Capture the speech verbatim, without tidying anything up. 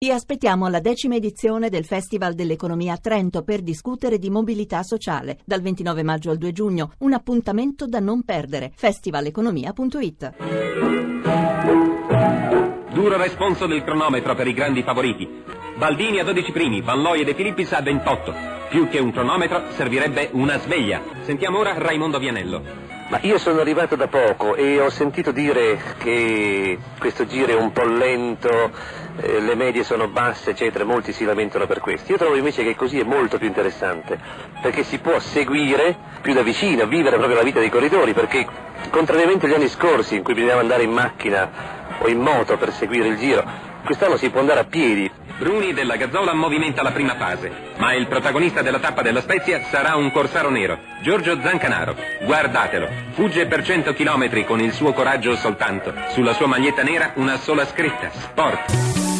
Vi aspettiamo alla decima edizione del Festival dell'Economia a Trento per discutere di mobilità sociale. Dal ventinove maggio al due giugno, un appuntamento da non perdere. festivaleconomia punto it. Duro responso del cronometro per i grandi favoriti. Baldini a dodici primi, Van Looy e De Filippis a ventotto. Più che un cronometro servirebbe una sveglia. Sentiamo ora Raimondo Vianello. Ma io sono arrivato da poco e ho sentito dire che questo giro è un po' lento, eh, le medie sono basse, eccetera, molti si lamentano per questo. Io trovo invece che così è molto più interessante, perché si può seguire più da vicino, vivere proprio la vita dei corridori, perché contrariamente agli anni scorsi in cui bisognava andare in macchina o in moto per seguire il giro, quest'anno si può andare a piedi. Bruni della Gazzola movimenta la prima fase, ma il protagonista della tappa della Spezia sarà un corsaro nero, Giorgio Zancanaro. Guardatelo, fugge per cento chilometri con il suo coraggio soltanto. Sulla sua maglietta nera una sola scritta: Sport.